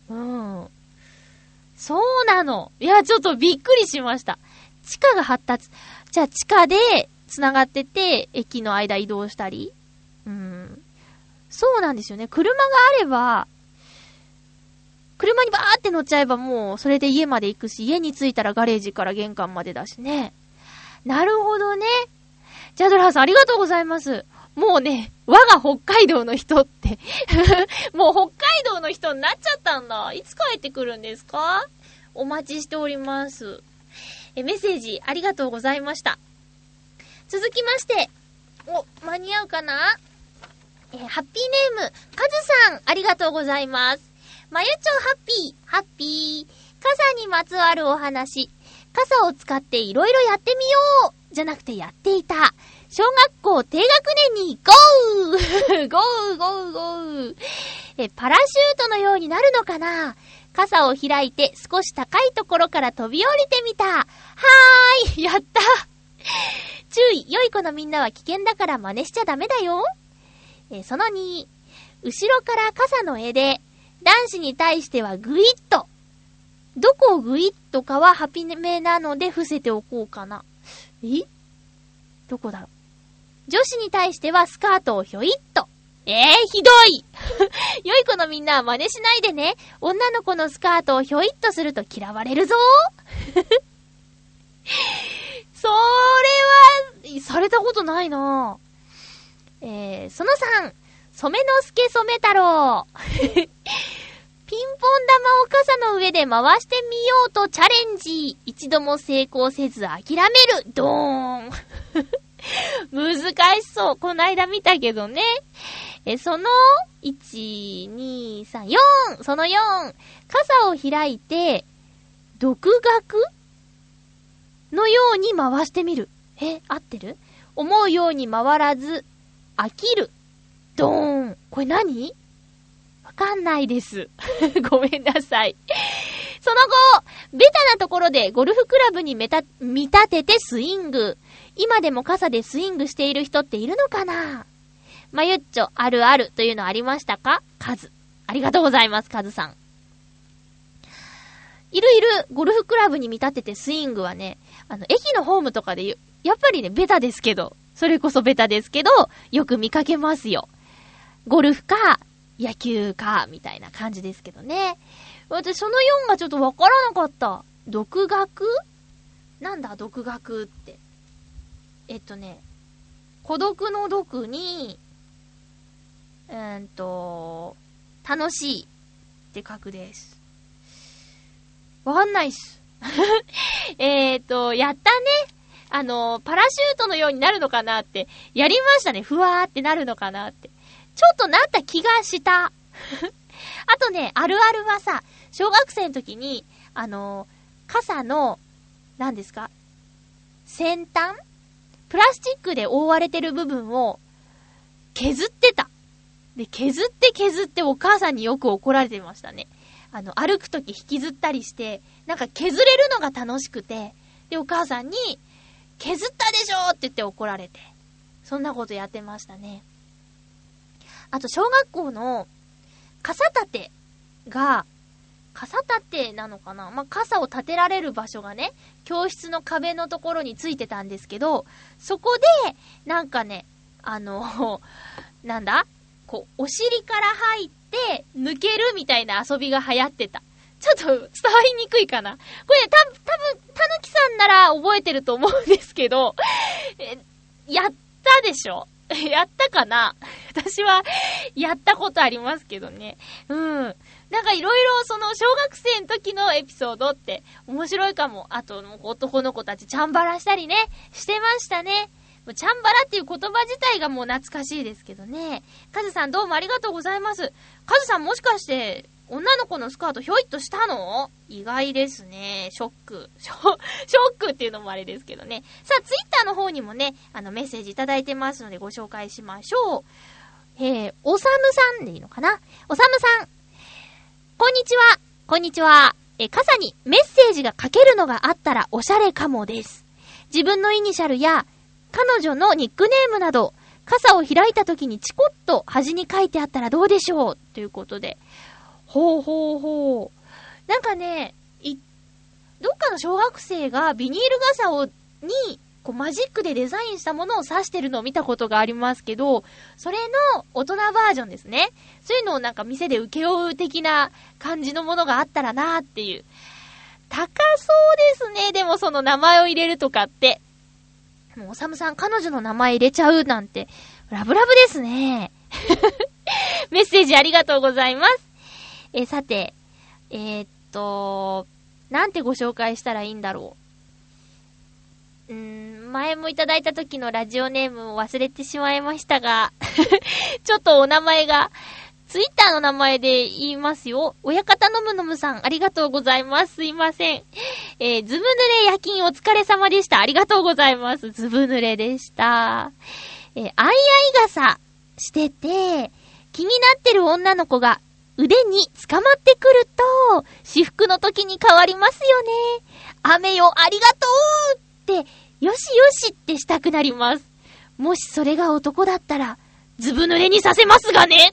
そうなの。いや、ちょっとびっくりしました。地下が発達。じゃあ地下で繋がってて、駅の間移動したり。そうなんですよね。車があれば、車にバーって乗っちゃえばもう、それで家まで行くし、家に着いたらガレージから玄関までだしね。なるほどね。ジャドラーさんありがとうございます。もうね、我が北海道の人って、もう北海道の人になっちゃったんだ。いつ帰ってくるんですか？お待ちしております。メッセージありがとうございました。続きまして、間に合うかな？ハッピーネーム、カズさん、ありがとうございます。まゆちょハッピー。傘にまつわるお話。傘を使っていろいろやってみようじゃなくてやっていた。小学校低学年にゴーゴーパラシュートのようになるのかな？傘を開いて少し高いところから飛び降りてみた。はーい、やった注意、良い子のみんなは危険だから真似しちゃダメだよ。その2、後ろから傘の柄で、男子に対してはグイッと。どこをグイッとかはハピめなので伏せておこうかな。どこだろう。女子に対してはスカートをひょいっと。ひどい良い子のみんなは真似しないでね。女の子のスカートをひょいっとすると嫌われるぞそれは、されたことないなその3、染之助染太郎。ピンポン玉を傘の上で回してみようとチャレンジ。一度も成功せず諦める。ドーン。難しそう。この間見たけどね。その1、2、3、4。その4。傘を開いて、独学のように回してみる。合ってる？思うように回らず、飽きる。ドーン。これ何？ わかんないです。ごめんなさい。その後、ベタなところでゴルフクラブに見立ててスイング。今でも傘でスイングしている人っているのかな？まゆっちょ、あるあるというのありましたか？カズ。ありがとうございます、カズさん。いる、ゴルフクラブに見立ててスイングはね、駅のホームとかでやっぱりね、ベタですけど、それこそベタですけど、よく見かけますよ。ゴルフか、野球か、みたいな感じですけどね。私、その4がちょっとわからなかった。独学？なんだ、独学って。孤独の独に、楽しいって書くです。わかんないっす。やったね。パラシュートのようになるのかなって。やりましたね。ふわーってなるのかなって。ちょっとなった気がした。あとね、あるあるはさ、小学生の時に、傘の、何ですか？先端？プラスチックで覆われてる部分を削ってた。で、削ってお母さんによく怒られてましたね。歩くとき引きずったりして、なんか削れるのが楽しくて、で、お母さんに、削ったでしょって言って怒られて。そんなことやってましたね。あと、小学校の傘立てが、傘立てなのかな？まあ、傘を立てられる場所がね、教室の壁のところについてたんですけど、そこで、なんかね、なんだ？こう、お尻から入って抜けるみたいな遊びが流行ってた。ちょっと伝わりにくいかな。これね、多分たぬきさんなら覚えてると思うんですけど、やったでしょ？やったかな？私はやったことありますけどね。なんかいろいろその小学生の時のエピソードって面白いかも。あと男の子たちチャンバラしたりね、してましたね。チャンバラっていう言葉自体がもう懐かしいですけどね。カズさんどうもありがとうございます。カズさんもしかして女の子のスカートひょいっとしたの？意外ですね。ショックっていうのもあれですけどね。さあ、ツイッターの方にもね、メッセージいただいてますのでご紹介しましょう。おさむさんでいいのかな？おさむさん。こんにちは。こんにちは。傘にメッセージが書けるのがあったらおしゃれかもです。自分のイニシャルや彼女のニックネームなど、傘を開いた時にチコッと端に書いてあったらどうでしょうということで。ほう。なんかね、どっかの小学生がビニール傘にこうマジックでデザインしたものを刺してるのを見たことがありますけど、それの大人バージョンですね。そういうのをなんか店で請け負う的な感じのものがあったらなーっていう。高そうですね。でもその名前を入れるとかって。もうおさむさん彼女の名前入れちゃうなんてラブラブですね。メッセージありがとうございます。さてなんてご紹介したらいいんだろう。前もいただいた時のラジオネームを忘れてしまいましたがちょっとお名前がツイッターの名前で言いますよ。親方のむのむさんありがとうございます。すいません。ずぶ濡れ夜勤お疲れ様でした。ありがとうございます。ずぶ濡れでした。あいあい傘してて気になってる女の子が腕に捕まってくると私服の時に変わりますよね。雨よありがとうってよしよしってしたくなります。もしそれが男だったらずぶ濡れにさせますがね。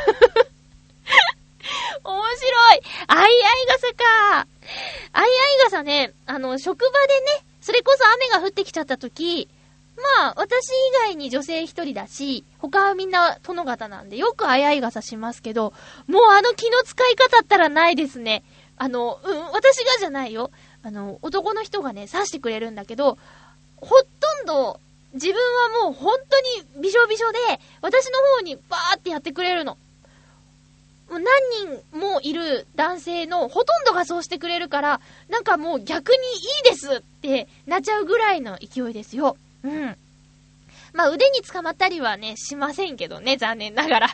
面白い。あいあい傘か。あいあい傘ね、職場でね、それこそ雨が降ってきちゃった時、まあ、私以外に女性一人だし、他はみんな殿方なんで、よくあいあい傘しますけど、もう気の使い方ったらないですね。私がじゃないよ。男の人がね、刺してくれるんだけど、ほとんど、自分はもう本当にびしょびしょで、私の方にバーってやってくれるの。もう何人もいる男性のほとんどがそうしてくれるから、なんかもう逆にいいですってなっちゃうぐらいの勢いですよ。まあ腕に捕まったりはね、しませんけどね、残念ながら。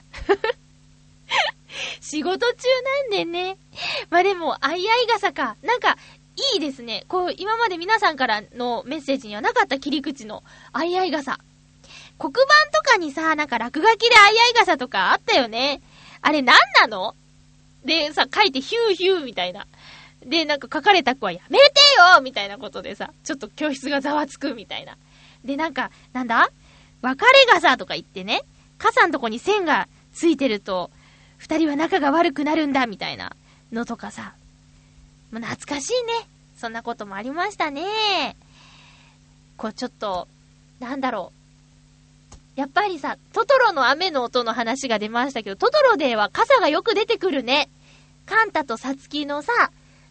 仕事中なんでね。まあでも、あいあい傘か。なんか、いいですね。こう、今まで皆さんからのメッセージにはなかった切り口のあいあい傘。黒板とかにさ、なんか落書きであいあい傘とかあったよね。 あれ何なの？でさ、書いてヒューヒューみたいな。で、なんか書かれた子はやめてよみたいなことでさ、ちょっと教室がざわつくみたいな。で、なんか、なんだ？別れ傘とか言ってね、傘のとこに線がついてると、二人は仲が悪くなるんだみたいなのとかさ。もう懐かしいね。そんなこともありましたね。こうちょっと、なんだろう。やっぱりさ、トトロの雨の音の話が出ましたけど、トトロでは傘がよく出てくるね。カンタとサツキのさ、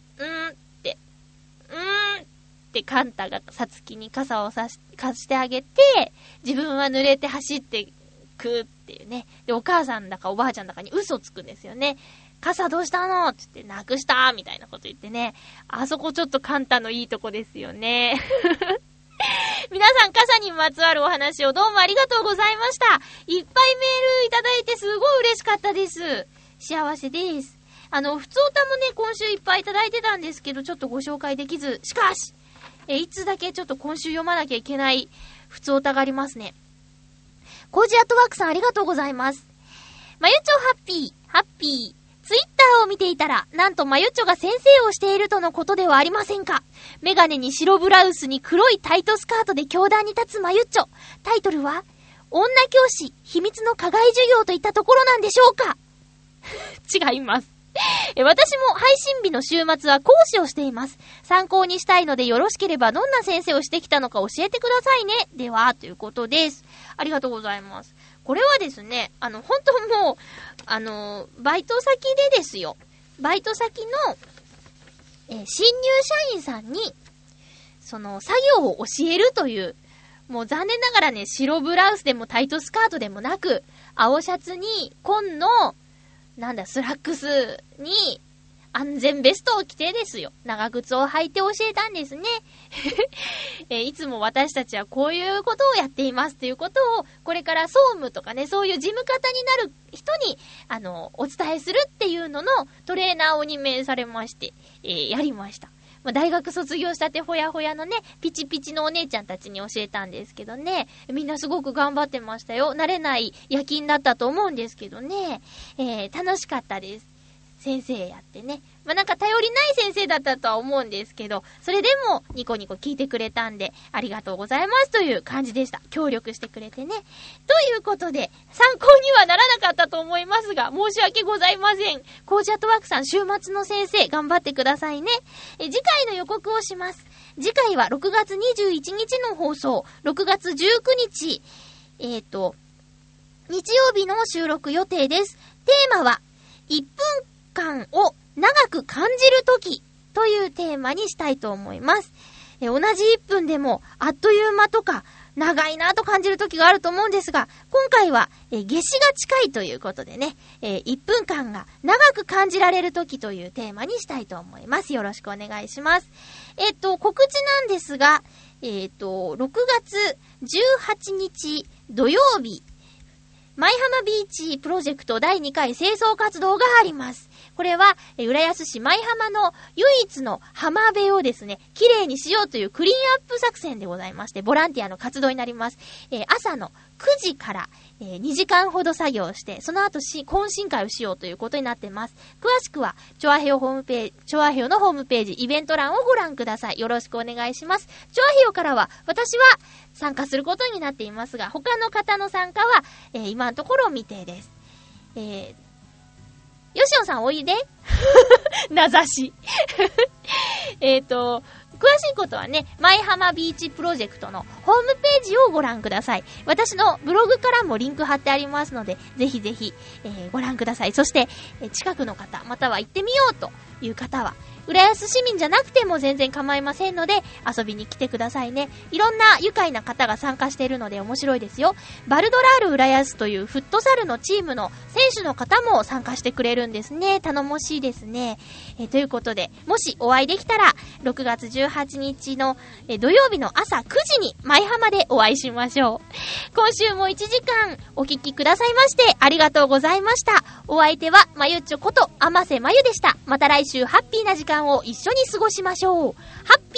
ってカンタがサツキに傘を貸してあげて、自分は濡れて走ってくっていうね。で、お母さんだかおばあちゃんだかに嘘つくんですよね。傘どうしたのって言って、なくしたみたいなこと言ってね。あそこちょっとカンタのいいとこですよね。皆さん、傘にまつわるお話をどうもありがとうございました。いっぱいメールいただいてすごい嬉しかったです。幸せです。普通歌もね、今週いっぱいいただいてたんですけど、ちょっとご紹介できず、しかし、いつだけちょっと今週読まなきゃいけない普通歌がありますね。コージアットワークさんありがとうございます。まゆちょハッピー。ツイッターを見ていたら、なんとまゆちょが先生をしているとのことではありませんか。メガネに白ブラウスに黒いタイトスカートで教壇に立つまゆちょ。タイトルは、女教師秘密の課外授業といったところなんでしょうか。違います。私も配信日の週末は講師をしています。参考にしたいのでよろしければどんな先生をしてきたのか教えてくださいね。では、ということです。ありがとうございます。これはですね、本当もう、バイト先でですよ。バイト先の、新入社員さんに、その作業を教えるという、もう残念ながらね、白ブラウスでもタイトスカートでもなく、青シャツに紺のスラックスに安全ベストを着てですよ。長靴を履いて教えたんですね。いつも私たちはこういうことをやっていますということを、これから総務とかね、そういう事務方になる人に、お伝えするっていうののトレーナーを任命されまして、やりました。大学卒業したてほやほやのね、ピチピチのお姉ちゃんたちに教えたんですけどね、みんなすごく頑張ってましたよ。慣れない夜勤だったと思うんですけどね、楽しかったです。先生やってね。なんか頼りない先生だったとは思うんですけど、それでもニコニコ聞いてくれたんで、ありがとうございますという感じでした。協力してくれてね。ということで、参考にはならなかったと思いますが、申し訳ございません。コージアットワークさん、週末の先生、頑張ってくださいね。次回の予告をします。次回は6月21日の放送、6月19日、日曜日の収録予定です。テーマは、1分間を長く感じるときというテーマにしたいと思います。同じ1分でもあっという間とか長いなと感じるときがあると思うんですが、今回は夏至が近いということでね、1分間が長く感じられるときというテーマにしたいと思います。よろしくお願いします。告知なんですが、6月18日土曜日、舞浜ビーチプロジェクト第2回清掃活動があります。これは、浦安市舞浜の唯一の浜辺をですね、綺麗にしようというクリーンアップ作戦でございまして、ボランティアの活動になります。朝の9時から、2時間ほど作業して、その後懇親会をしようということになっています。詳しくは、チョアヘオのホームページ、イベント欄をご覧ください。よろしくお願いします。チョアヘオからは、私は参加することになっていますが、他の方の参加は、今のところ未定です。よしおさんおいで名指し詳しいことはね、舞浜ビーチプロジェクトのホームページをご覧ください。私のブログからもリンク貼ってありますので、ぜひぜひ、ご覧ください。そして、近くの方、または行ってみようという方は、浦安市民じゃなくても全然構いませんので、遊びに来てくださいね。いろんな愉快な方が参加しているので面白いですよ。バルドラール浦安というフットサルのチームの選手の方も参加してくれるんですね。頼もしいですね。ということで、もしお会いできたら、6月18日の土曜日の朝9時に舞浜でお会いしましょう。今週も1時間お聞きくださいましてありがとうございました。お相手はまゆっちょこと天瀬まゆでした。また来週ハッピーな時間を一緒に過ごしましょう。ハッピー